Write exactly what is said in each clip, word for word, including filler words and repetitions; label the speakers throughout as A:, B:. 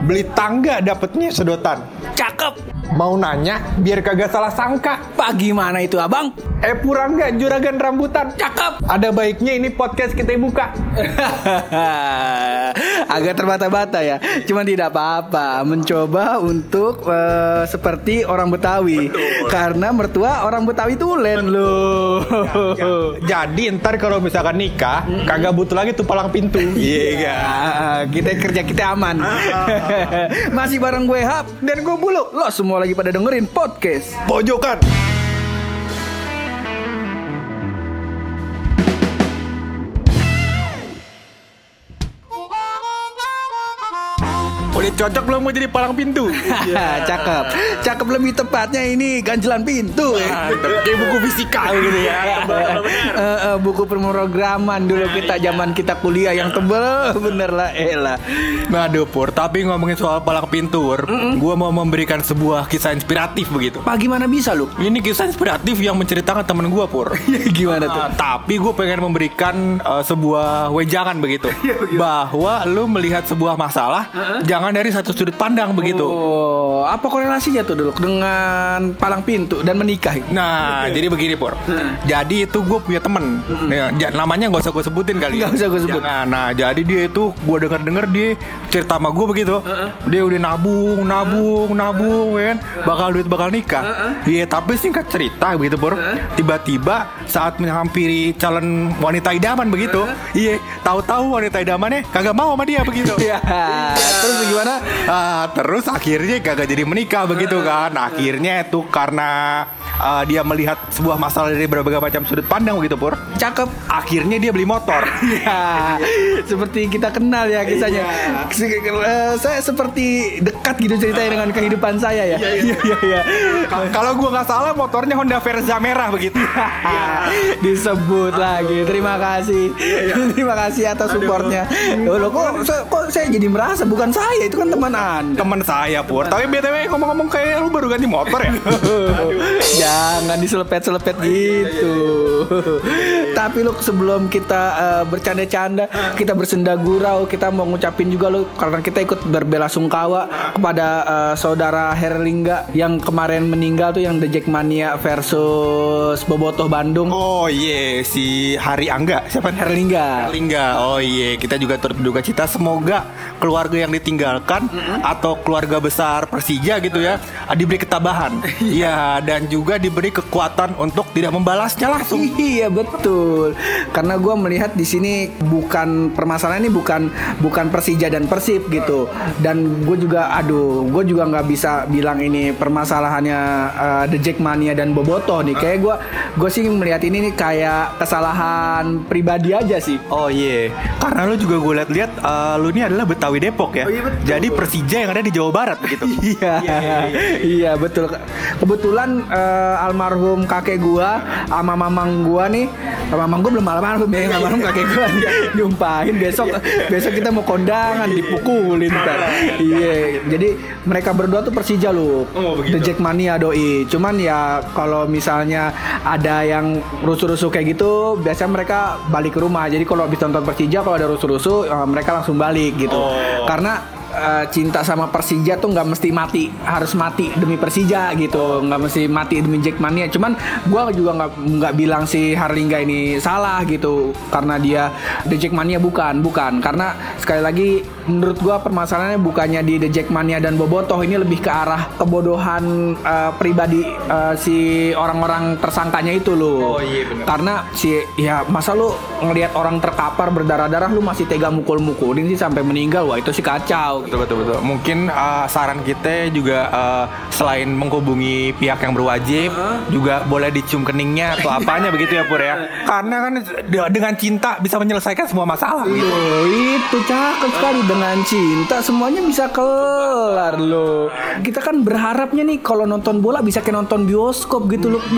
A: Beli tangga dapetnya sedotan.
B: Cakep.
A: Mau nanya biar kagak salah sangka.
B: Pak gimana itu abang?
A: Eh Purangga juragan rambutan.
B: Cakep.
A: Ada baiknya ini podcast kita buka.
B: Agak terbata-bata ya. Cuman tidak apa-apa. Mencoba untuk uh, seperti orang Betawi. Betul. Karena mertua orang Betawi tulen loh.
A: Jadi ntar kalau misalkan nikah hmm. kagak butuh lagi tuh palang pintu.
B: Iya yeah, kita kerja kita aman. Masih bareng gue Hap
A: dan gue Bulu.
B: Lo semua lagi pada dengerin podcast
A: Pojokan. Udah cocok belum mau jadi palang pintu?
B: Ya, cakep. Cakep lebih tepatnya ini ganjelan pintu.
A: Nah, kayak buku fisika gitu ya.
B: uh, uh, buku pemrograman dulu kita zaman kita kuliah yang tebel bener lah elah.
A: Aduh Pur, tapi ngomongin soal palang pintu, gue mau memberikan sebuah kisah inspiratif begitu.
B: Pak gimana bisa lu?
A: Ini kisah inspiratif yang menceritakan temen gue Pur.
B: Gimana tuh?
A: Uh, tapi gue pengen memberikan uh, sebuah wejangan begitu. Bahwa lu melihat sebuah masalah uh-huh. jangan dari satu sudut pandang begitu.
B: Oh, apa korelasinya tuh dulu dengan palang pintu dan menikah?
A: Nah, okay. Jadi begini Pur. Hmm. Jadi itu gue punya temen. Hmm. Ya, namanya nggak usah gue sebutin kali.
B: Nggak usah gue sebut.
A: Jangan. Nah, jadi dia itu gue dengar-dengar dia cerita sama gue begitu. Uh-uh. Dia udah nabung, nabung, uh-uh. nabung, kan? Bakal duit bakal nikah. Iya, uh-uh. tapi singkat cerita begitu Pur. Uh-uh. Tiba-tiba saat menghampiri calon wanita idaman begitu, uh-uh. iya, tahu-tahu wanita idamannya kagak mau sama dia begitu.
B: Iya. Terus gimana?
A: Uh, terus akhirnya kagak jadi menikah begitu kan. Akhirnya itu karena uh, dia melihat sebuah masalah dari berbagai macam sudut pandang begitu Pur.
B: Cakep.
A: Akhirnya dia beli motor.
B: Ya, seperti kita kenal ya kisahnya. uh, Saya seperti dekat gitu ceritanya dengan kehidupan saya ya. Iya iya iya.
A: Kalau gue nggak salah motornya Honda Verza merah begitu.
B: Disebut lagi. Terima kasih. Terima kasih atas supportnya. Loh kok, kok saya jadi merasa bukan saya, itu kan temenan.
A: Teman saya Pur. Tapi B T W ngomong-ngomong kayak lu baru ganti motor ya.
B: Jangan diselepet-selepet gitu. Tapi lu sebelum kita uh, bercanda-canda, kita bersenda gurau, kita mau ngucapin juga lu karena kita ikut berbelasungkawa kepada uh, saudara Herlingga yang kemarin meninggal tuh, yang The Jackmania versus Bobotoh Bandung.
A: Oh iya, yeah. Si Hari Angga. Siapa?
B: Herlingga.
A: Herlingga. Oh iya, yeah. Kita juga turut berduka cita. Semoga keluarga yang ditinggalkan mm-hmm. atau keluarga besar Persija gitu ya diberi ketabahan. Iya, dan juga diberi kekuatan untuk tidak membalasnya langsung.
B: Iya betul. Karena gue melihat di sini bukan permasalahan ini bukan bukan Persija dan Persib gitu. Dan gue juga aduh, gue juga nggak bisa bilang ini permasalahannya uh, The Jackmania dan Bobotoh nih. Kayak gue gue sih melihat ini nih kayak kesalahan pribadi aja sih.
A: Oh iya. Yeah. Karena lu juga gue lihat-lihat uh, lu ini adalah Betawi Depok ya. Oh, iya, jadi Persija yang ada di Jawa Barat begitu.
B: Iya. Iya, iya, iya. Iya betul. Kebetulan uh, almarhum kakek gua sama mamang gua nih, mamang gua belum almarhum ya, almarhum kakek gua nyumpahin besok besok kita mau kondangan dipukulin ntar. Iya. Jadi mereka berdua tuh Persija lu. Oh, The Jackmania doi. Cuman ya kalau misalnya ada yang rusuh-rusuh kayak gitu, biasanya mereka balik ke rumah. Jadi kalau habis nonton Persija kalau ada rusuh-rusuh uh, mereka langsung balik gitu. Oh. Karena Uh, cinta sama Persija tuh nggak mesti mati harus mati demi Persija gitu, nggak mesti mati demi Jackmania. Cuman gue juga nggak nggak bilang si Herlingga ini salah gitu karena dia The Jackmania, bukan bukan karena sekali lagi menurut gue permasalahannya bukannya di The Jackmania dan Bobotoh, ini lebih ke arah kebodohan uh, pribadi uh, si orang-orang tersangkanya itu loh. Oh, iya, bener. Karena si ya masa lu ngelihat orang terkapar berdarah-darah lu masih tega mukul-mukulin sih sampai meninggal, wah itu sih kacau.
A: Betul betul betul. Mungkin uh, saran kita juga uh, selain menghubungi pihak yang berwajib, uh. juga boleh dicium keningnya atau apanya begitu ya Pur ya. Karena kan dengan cinta bisa menyelesaikan semua masalah. Gitu.
B: Loh, itu cakep sekali, dengan cinta semuanya bisa kelar loh. Kita kan berharapnya nih kalau nonton bola bisa kayak nonton bioskop gitu loh,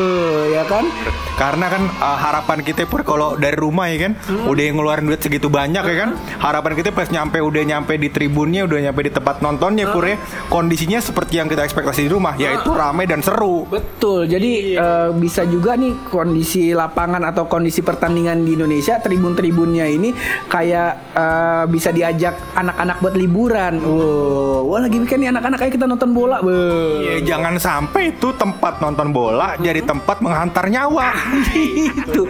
B: ya kan?
A: Karena kan uh, harapan kita Pur kalau dari rumah ya kan, hmm. udah ngeluarin duit segitu banyak ya kan, harapan kita pas nyampe udah nyampe di tribunnya, udah nyampe di tempat nontonnya Pur ya, kondisinya seperti yang kita ekspektasi di rumah, yaitu ramai dan seru.
B: Betul. Jadi iya. uh, bisa juga nih kondisi lapangan atau kondisi pertandingan di Indonesia, tribun-tribunnya ini kayak uh, bisa diajak anak-anak buat liburan. Wow, wah lagi weekend nih anak-anak kayak kita nonton bola.
A: Iya, jangan sampai itu tempat nonton bola hmm. jadi tempat menghantar nyawa.
B: Itu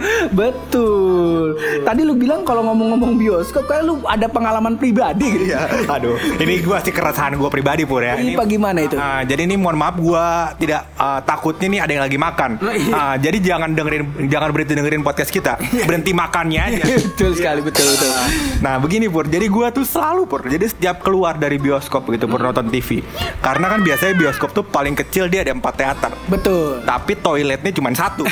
B: betul. Tadi lu bilang kalau ngomong-ngomong bioskop kayak lu ada pengalaman pribadi gitu.
A: Iya. Aduh, ini gua sih keresahan gua pribadi Pur ya.
B: Ini, ini bagaimana itu?
A: Uh, jadi ini mohon maaf gua tidak uh, takutnya nih ada yang lagi makan. Uh, jadi jangan dengerin jangan berhenti dengerin podcast kita. Berhenti makannya aja.
B: Betul sekali, betul betul.
A: Nah, begini Pur. Jadi gua tuh selalu Pur. Jadi setiap keluar dari bioskop gitu Pur nonton T V. Karena kan biasanya bioskop tuh paling kecil dia ada empat teater.
B: Betul.
A: Tapi toiletnya cuma satu.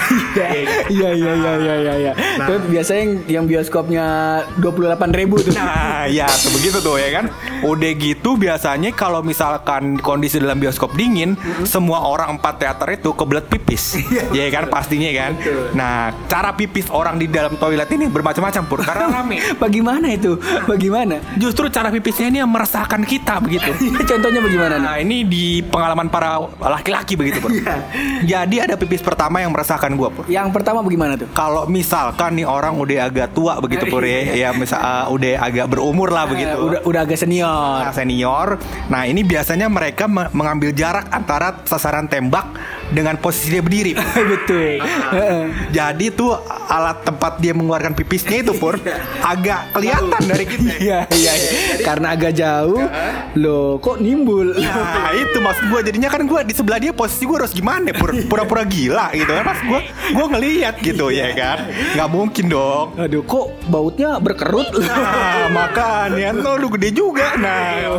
B: Iya iya iya iya iya iya. Nah. Terus biasanya yang, yang bioskopnya dua puluh delapan ribu tuh.
A: Nah, ya begitu tuh ya kan. Udah gitu biasanya kalau misalkan kondisi dalam bioskop dingin, mm-hmm. semua orang empat teater itu kebelet pipis. Ya kan pastinya kan. Betul. Nah, cara pipis orang di dalam toilet ini bermacam-macam Pur karena rame.
B: Bagaimana itu? Bagaimana?
A: Justru cara pipisnya ini yang meresahkan kita begitu.
B: Contohnya bagaimana?
A: Nah, ini di pengalaman para laki-laki begitu Pur. Jadi ada pipis pertama yang meresahkan gua Pur.
B: Yang pertama bagaimana tuh?
A: Kalau misalkan nih orang udah agak tua begitu Pur ya, ya misal uh, udah agak berumur lah begitu.
B: Uh, udah udah agak senior.
A: Nah, senior. Nah, ini biasanya mereka me- mengambil jarak antara sasaran tembak dengan posisi dia berdiri.
B: Betul.
A: Jadi tuh alat tempat dia mengeluarkan pipisnya itu Pur agak kelihatan dari kita.
B: Iya, iya. Karena agak jauh. Loh, kok nimbul?
A: Nah, itu maksud gue. Jadinya kan gue di sebelah dia posisi gue harus gimana Pur? Pura-pura gila gitu kan. Pas gue gue ngelihat gitu ya kan. Nggak mungkin dong.
B: Aduh, kok bautnya berkerut?
A: Nah, makanya no, lu gede juga. Nah,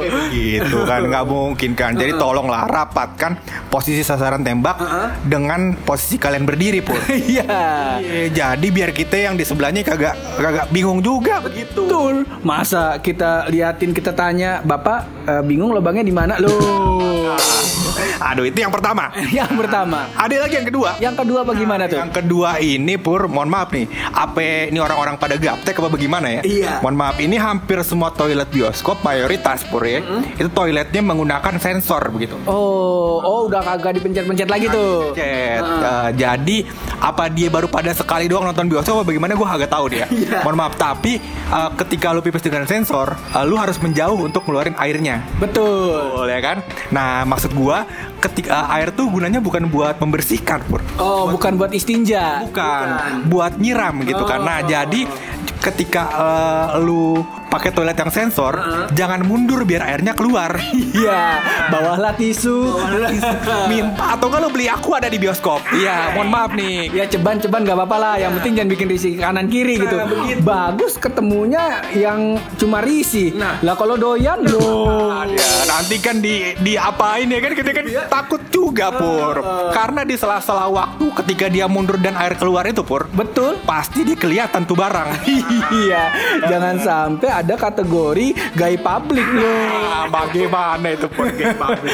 A: gitu kan nggak mungkin kan. Jadi tolonglah rapatkan posisi sasaran tembak uh-huh. dengan posisi kalian berdiri Pur.
B: Iya.
A: Jadi biar kita yang di sebelahnya kagak kagak bingung juga begitu.
B: Betul. Masa kita liatin kita tanya, "Bapak uh, bingung lubangnya di mana?" Loh.
A: Aduh, itu yang pertama.
B: Yang pertama.
A: Ada lagi yang kedua.
B: Yang kedua bagaimana tuh?
A: Yang kedua ini Pur, mohon maaf nih. Apa ini orang-orang pada gaptek apa bagaimana ya?
B: Iya.
A: Mohon maaf, ini hampir semua toilet bioskop mayoritas Pur ya. Mm-hmm. Itu toiletnya menggunakan sensor begitu.
B: Oh, oh udah kagak dipencet-pencet lagi tuh.
A: Pencet. Uh. Uh, jadi apa dia baru pada sekali doang nonton bioskop apa bagaimana gue agak tahu dia. Yeah. Mohon maaf, tapi uh, ketika lu pipis dengan sensor, uh, lu harus menjauh untuk ngeluarin airnya.
B: Betul.
A: Betul ya kan? Nah, maksud gue ketika uh, air tuh gunanya bukan buat membersihkan Pur.
B: Oh, buat, bukan buat istinja.
A: Bukan, bukan. Buat nyiram gitu oh. kan. Nah, jadi ketika uh, lu pakai toilet yang sensor, uh-huh. jangan mundur biar airnya keluar.
B: Iya, bawahlah tisu.
A: Bawahlah tisu. Minta atau kalau beli aku ada di bioskop. Iya, mohon maaf nih.
B: Ya ceban-ceban nggak apa-apa lah. Yang penting jangan bikin risih kanan kiri gitu. Nah, bagus ketemunya yang cuma risih. Nah, lah kalau doyan loh.
A: Ya, nanti kan di di apain ya kan kita kan ya. Takut juga Pur. Uh, uh. Karena di sela-sela waktu ketika dia mundur dan air keluar itu Pur.
B: Betul.
A: Pasti dia kelihatan tuh barang.
B: Iya, jangan sampai ada kategori gay publik loh.
A: Ah, bagaimana itu Pur gay publik?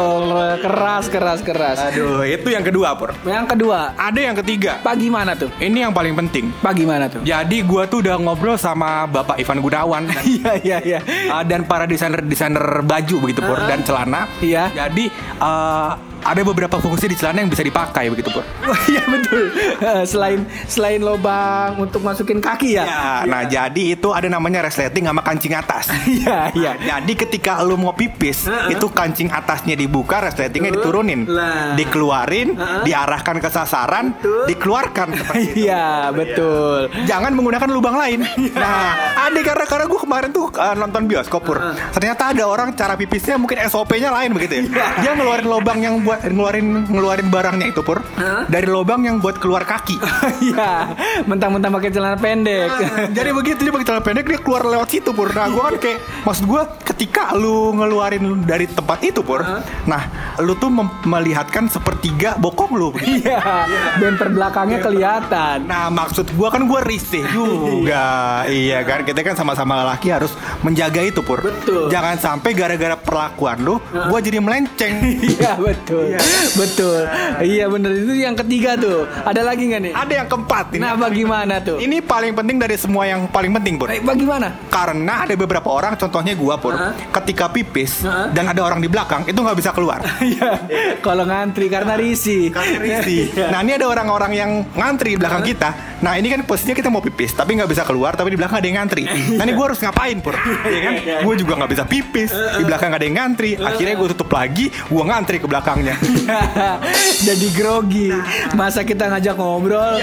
B: keras keras keras.
A: Aduh, itu yang kedua Pur.
B: Yang kedua,
A: ada yang ketiga.
B: Bagaimana tuh?
A: Ini yang paling penting.
B: Bagaimana tuh?
A: Jadi gua tuh udah ngobrol sama Bapak Ivan Gunawan.
B: Iya iya iya.
A: Uh, dan para desainer-desainer baju begitu Pur uh-huh. dan celana.
B: Iya.
A: Jadi uh, ada beberapa fungsi di celana yang bisa dipakai begitu Pur.
B: Iya betul. Selain selain lubang untuk masukin kaki ya.
A: Ya, nah ya. Jadi itu ada namanya resleting sama kancing atas.
B: Iya iya.
A: Nah, jadi ketika lu mau pipis, uh-uh. itu kancing atasnya dibuka, resletingnya uh, diturunin, lah. Dikeluarin, uh-uh. diarahkan ke sasaran, betul. Dikeluarkan.
B: Iya betul.
A: Jangan menggunakan lubang lain. Nah, ada karena karena gue kemarin tuh uh, nonton bioskop Pur. Uh-uh. Ternyata ada orang cara pipisnya mungkin S O P-nya lain begitu ya. Dia ngeluarin lubang yang buat ngeluarin ngeluarin barangnya itu Pur huh? dari lubang yang buat keluar kaki.
B: Iya, mentang-mentang pakai celana pendek.
A: Nah, jadi begitu dia pakai celana pendek dia keluar lewat situ Pur. Nah, gue kan kayak maksud gue ketika lu ngeluarin dari tempat itu Pur, huh? nah lu tuh mem- melihatkan sepertiga bokong lu.
B: Iya, bumper belakangnya kelihatan.
A: Nah, maksud gue kan gue risih juga. Iya kan, kita kan sama-sama laki harus menjaga itu Pur.
B: Betul.
A: Jangan sampai gara-gara perlakuan lu, huh? gue jadi melenceng.
B: Iya betul. Iya. Betul. Iya bener, itu yang ketiga tuh. Ada lagi nggak nih?
A: Ada yang keempat ini.
B: Nah bagaimana tuh?
A: Ini paling penting dari semua yang paling penting Pur.
B: Eh, bagaimana?
A: Karena ada beberapa orang, contohnya gua Pur, uh-huh. ketika pipis uh-huh. dan ada orang di belakang itu nggak bisa keluar.
B: Iya. Kalau ngantri karena risih.
A: Karena risih. Nah ini ada orang-orang yang ngantri di belakang uh-huh. kita. Nah ini kan posisinya kita mau pipis tapi nggak bisa keluar, tapi di belakang ada yang ngantri. Nah ini gue harus ngapain Pur? Ya kan? Gue juga nggak bisa pipis, di belakang ada yang ngantri. Akhirnya gue tutup lagi, gue ngantri ke belakangnya.
B: Jadi grogi. Masa kita ngajak ngobrol?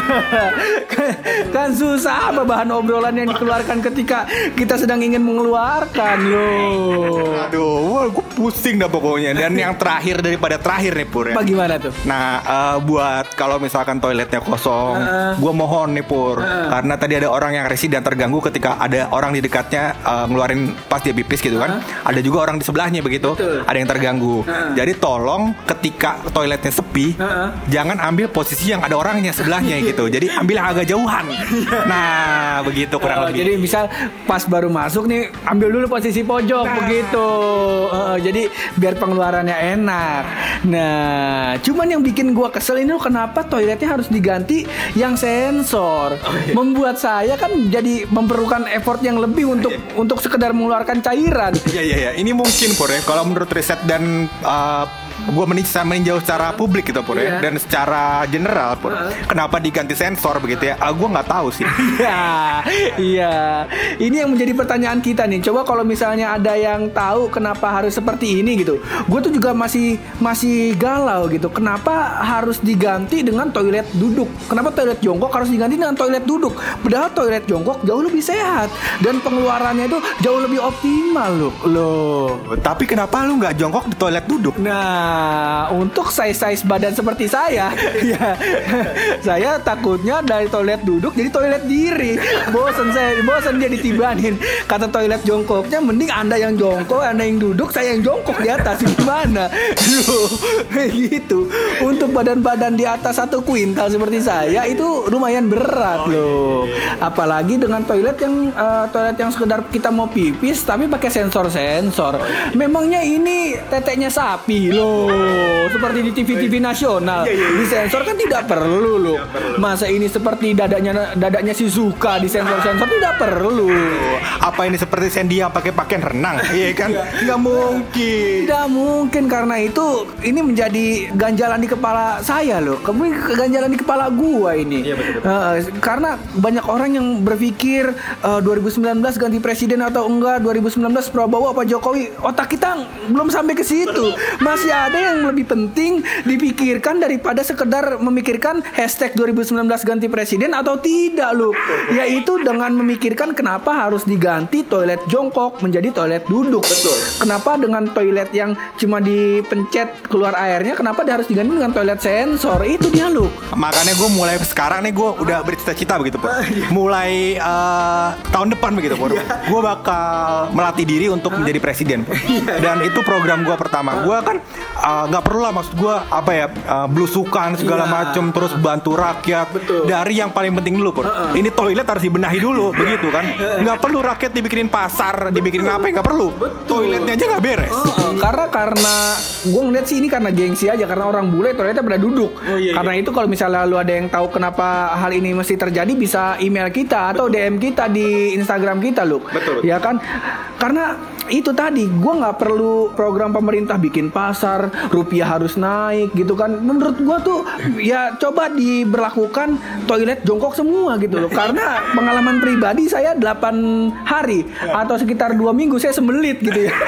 B: Kan susah apa bahan obrolan yang dikeluarkan ketika kita sedang ingin mengeluarkan loh.
A: Aduh, gue pusing dah pokoknya. Dan yang terakhir daripada terakhir nih Pur ya.
B: Bagaimana tuh?
A: Nah uh, buat kalau misalkan toiletnya kosong, uh, gue mohon nih Pur, uh, karena tadi ada orang yang risih dan terganggu ketika ada orang di dekatnya uh, ngeluarin pas dia pipis gitu kan. Uh, ada juga orang di sebelahnya begitu. Betul. Ada yang terganggu. Uh, Jadi tolong ketika toiletnya sepi, uh, jangan ambil posisi yang ada orangnya sebelahnya gitu. Jadi ambil yang agak jauhan. Nah begitu kurang
B: uh,
A: lebih.
B: Jadi misal pas baru masuk nih, ambil dulu posisi pojok nah. begitu. Uh, jadi biar pengeluarannya enak. Nah, cuman yang bikin gua kesel ini loh, kenapa toiletnya harus diganti yang sensor? Oh, iya. Membuat saya kan jadi memerlukan effort yang lebih untuk iya. untuk sekedar mengeluarkan cairan.
A: Iya iya iya. Ini mungkin Pur ya. Kalau menurut riset dan uh, gue meninjau secara publik gitu Pur ya, dan secara general Pur, uh. kenapa diganti sensor begitu ya? Ah, gue nggak tahu sih.
B: Iya, iya. Ini yang menjadi pertanyaan kita nih. Coba kalau misalnya ada yang tahu kenapa harus seperti ini gitu. Gue tuh juga masih masih galau gitu. Kenapa harus diganti dengan toilet duduk? Kenapa toilet jongkok harus diganti dengan toilet duduk? Padahal toilet jongkok jauh lebih sehat dan pengeluarannya itu jauh lebih optimal loh. Loh.
A: Tapi kenapa lu nggak jongkok di toilet duduk?
B: Nah. Nah, untuk size-size badan seperti saya, ya, saya takutnya dari toilet duduk jadi toilet diri. Bosan saya, bosan dia ditibanin. Kata toilet jongkoknya, mending Anda yang jongkok, Anda yang duduk, saya yang jongkok di atas. Gimana? Loh, gitu. Untuk badan-badan di atas satu kuintal seperti saya itu lumayan berat loh. Apalagi dengan toilet yang uh, toilet yang sekedar kita mau pipis tapi pakai sensor-sensor. Memangnya ini teteknya sapi loh. Oh, seperti di T V T V nasional. Iya, iya, iya. Di sensor kan tidak perlu loh. Masa ini seperti dadanya dadanya Shizuka di sensor-sensor tidak perlu.
A: Apa ini seperti Sandy yang pakai pakaian renang? Iya kan? Nggak mungkin.
B: Tidak mungkin, karena itu ini menjadi ganjalan di kepala saya loh. Kemudian ganjalan di kepala gua ini. Iya, betul, betul. Uh, karena banyak orang yang berpikir uh, dua ribu sembilan belas ganti presiden atau enggak, dua ribu sembilan belas Prabowo apa Jokowi. Otak kita belum sampai ke situ. Masih ada yang lebih penting dipikirkan daripada sekedar memikirkan hashtag dua ribu sembilan belas ganti presiden atau tidak loh. Yaitu dengan memikirkan kenapa harus diganti toilet jongkok menjadi toilet duduk. Betul. Kenapa dengan toilet yang cuma dipencet keluar airnya, kenapa dia harus diganti dengan toilet sensor? Itu dia loh.
A: Makanya gue mulai sekarang nih gue udah bercita-cita begitu Pur. Mulai uh, tahun depan begitu Pur. Gue bakal melatih diri untuk menjadi presiden Pur. Dan itu program gue pertama. Gue kan nggak uh, perlu lah, maksud gue apa ya, uh, belusukan segala iya. macem, terus bantu rakyat. Betul. Dari yang paling penting dulu Pur. Uh-uh. Ini toilet harus dibenahi dulu begitu kan. Nggak perlu rakyat dibikinin pasar, dibikinin apa, nggak perlu. Betul. Toiletnya aja nggak beres.
B: Uh-uh. Karena karena gue ngeliat sih ini karena gengsi aja, karena orang bule toiletnya pada duduk. Oh, iya, karena iya. itu kalau misalnya lu ada yang tahu kenapa hal ini mesti terjadi, bisa email kita atau Betul. D M kita di Instagram kita loh. Betul. Ya kan? Karena itu tadi, gue nggak perlu program pemerintah bikin pasar, rupiah harus naik gitu kan. Menurut gue tuh ya coba diberlakukan toilet jongkok semua gitu loh. Karena pengalaman pribadi saya delapan hari atau sekitar dua minggu saya sembelit gitu ya.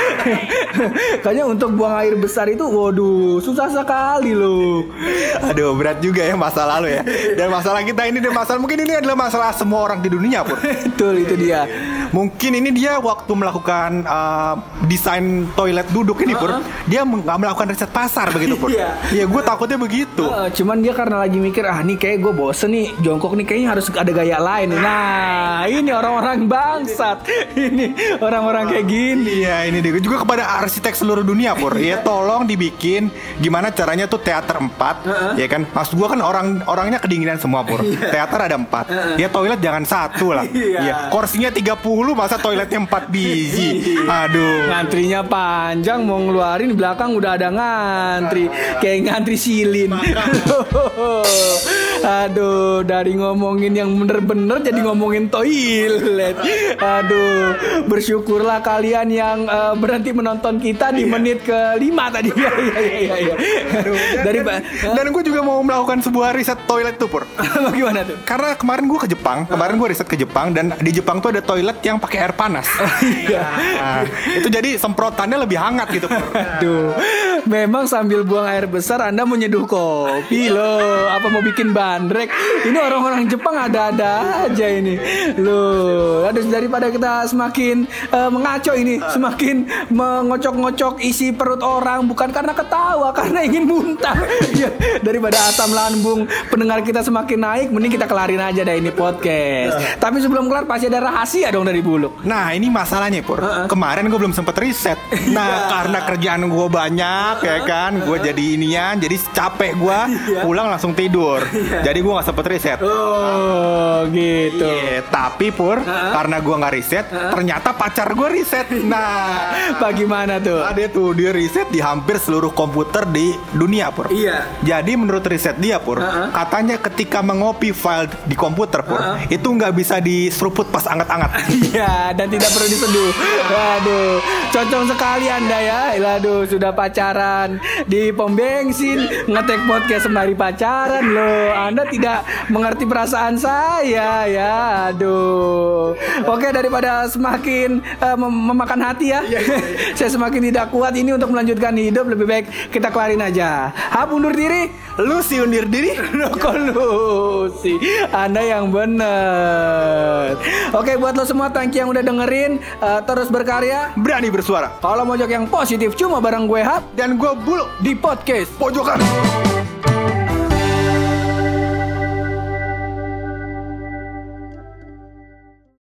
B: Kayaknya untuk buang air besar itu waduh susah sekali loh.
A: Aduh berat juga ya masa lalu ya. Dan masalah kita ini dan masalah mungkin ini adalah masalah semua orang di dunia Pur.
B: Betul, itu dia.
A: Mungkin ini dia waktu melakukan uh, desain toilet duduk ini Pur, uh-huh. dia nggak melakukan riset pasar begitu Pur. Iya, yeah. gue takutnya begitu.
B: Uh, cuman dia karena lagi mikir, ah nih kayak gue bosen nih jongkok nih, kayaknya harus ada gaya lain. Nah ini orang-orang bangsat, ini orang-orang kayak gini.
A: Iya, ini dia juga kepada arsitek seluruh dunia Pur. Ya tolong dibikin gimana caranya tuh teater empat, uh-huh. ya kan. Maksud gue kan orang orangnya kedinginan semua Pur. Teater ada empat, uh-huh. ya toilet jangan satu lah. Iya. Kursinya tiga puluh, masa toiletnya empat biji. Aduh.
B: Ngantrinya panjang, mau ngeluarin di belakang udah ada ngantri. Kayak ngantri silin. Aduh, dari ngomongin yang bener-bener jadi ngomongin toilet. Aduh, bersyukurlah kalian yang uh, berhenti menonton kita di menit kelima tadi. Iya iya iya iya.
A: Aduh, dan, dari dan, dan gue juga mau melakukan sebuah riset toilet tuh, Pur.
B: Bagaimana tuh?
A: Karena kemarin gue ke Jepang, kemarin gue riset ke Jepang dan di Jepang tuh ada toilet yang pakai air panas.
B: Iya.
A: Nah, itu jadi semprotannya lebih hangat gitu, Pur.
B: Aduh, memang sambil buang air besar Anda menyeduh kopi loh. Apa mau bikin bandrek? Ini orang-orang Jepang ada-ada aja ini. Loh, aduh, daripada kita semakin uh, mengaco ini, semakin mengocok-ngocok isi perut orang bukan karena ketawa, karena ingin muntah. Ya, daripada asam lambung pendengar kita semakin naik, mending kita kelarin aja deh ini podcast. Tapi sebelum kelar pasti ada rahasia dong dari Buluk.
A: Nah, ini masalahnya, Pur. Uh-uh. Kemarin gue belum sempet riset. Nah, karena kerjaan gue banyak ya kan, gue jadi inian, jadi capek gue pulang langsung tidur. Jadi gue nggak sempet riset.
B: Oh, gitu.
A: Yeah, tapi Pur, uh-huh. karena gue nggak riset, uh-huh. ternyata pacar gue riset. Nah,
B: bagaimana tuh?
A: Ada tuh dia riset di hampir seluruh komputer di dunia, Pur.
B: Iya.
A: Jadi menurut riset dia, Pur, uh-huh. katanya ketika mengopi file di komputer, Pur, uh-huh. itu nggak bisa diseruput pas anget-anget.
B: Iya, dan tidak perlu diseduh. Waduh, cocok sekali Anda ya. Aduh, sudah pacaran di pom bensin, ngetek podcast sembari pacaran loh. Anda tidak mengerti perasaan saya ya. Aduh. Oke, daripada semakin uh, mem- memakan hati ya. Saya semakin tidak kuat ini untuk melanjutkan hidup. Lebih baik kita kelarin aja. Hap undur diri.
A: Lu sih undur diri.
B: Kok lu sih? Anda yang bener. Oke, buat lo semua thank you yang udah dengerin. uh, Terus berkarya,
A: berani bersuara.
B: kalau mojok yang positif cuma bareng gue Hap
A: dan gue Buluk
B: di podcast
A: Pojokan.